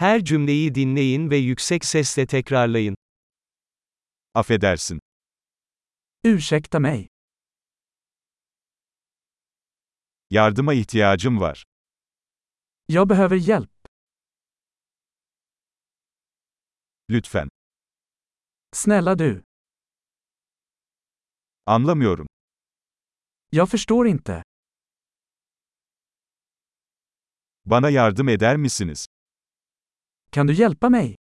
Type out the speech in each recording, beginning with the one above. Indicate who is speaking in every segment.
Speaker 1: Her cümleyi dinleyin ve yüksek sesle tekrarlayın.
Speaker 2: Affedersin.
Speaker 3: Ursäkta mig.
Speaker 2: Yardıma ihtiyacım var.
Speaker 3: Jag behöver hjälp.
Speaker 2: Lütfen.
Speaker 3: Snälla du.
Speaker 2: Anlamıyorum.
Speaker 3: Jag förstår inte.
Speaker 2: Bana yardım eder misiniz?
Speaker 3: Kan du hjälpa mig?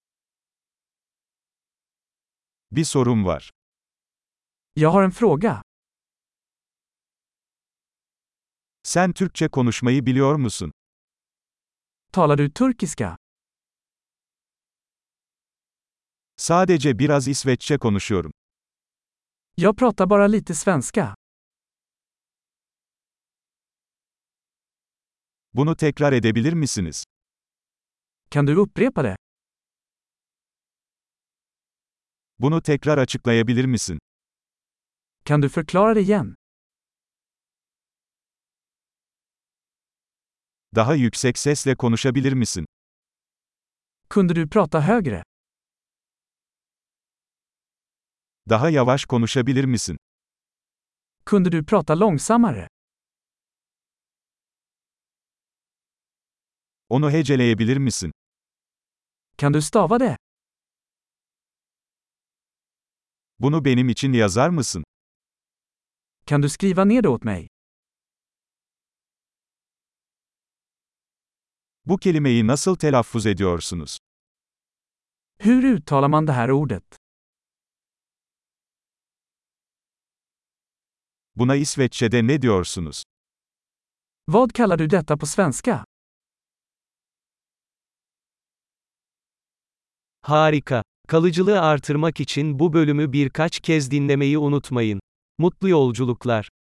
Speaker 2: Bir sorum var.
Speaker 3: Jag har en fråga.
Speaker 2: Sen Türkçe konuşmayı biliyor musun?
Speaker 3: Talar du turkiska?
Speaker 2: Sadece biraz İsveççe konuşuyorum.
Speaker 3: Jag pratar bara lite svenska.
Speaker 2: Bunu tekrar edebilir misiniz?
Speaker 3: Kan du upprepa det?
Speaker 2: Bunu tekrar açıklayabilir misin?
Speaker 3: Kan du förklara det igen?
Speaker 2: Daha yüksek sesle konuşabilir misin?
Speaker 3: Kunde du prata högre?
Speaker 2: Daha yavaş konuşabilir misin?
Speaker 3: Kunde du prata långsammare?
Speaker 2: Onu heceleyebilir misin?
Speaker 3: Kan du stava det?
Speaker 2: Bunu benim için yazar mısın?
Speaker 3: Kan du skriva ner det åt mig?
Speaker 2: Bu kelimeyi nasıl telaffuz ediyorsunuz?
Speaker 3: Hur uttalar man det här ordet?
Speaker 2: Buna İsveççe'de ne diyorsunuz?
Speaker 3: Vad kallar du detta på svenska?
Speaker 1: Harika. Kalıcılığı artırmak için bu bölümü birkaç kez dinlemeyi unutmayın. Mutlu yolculuklar.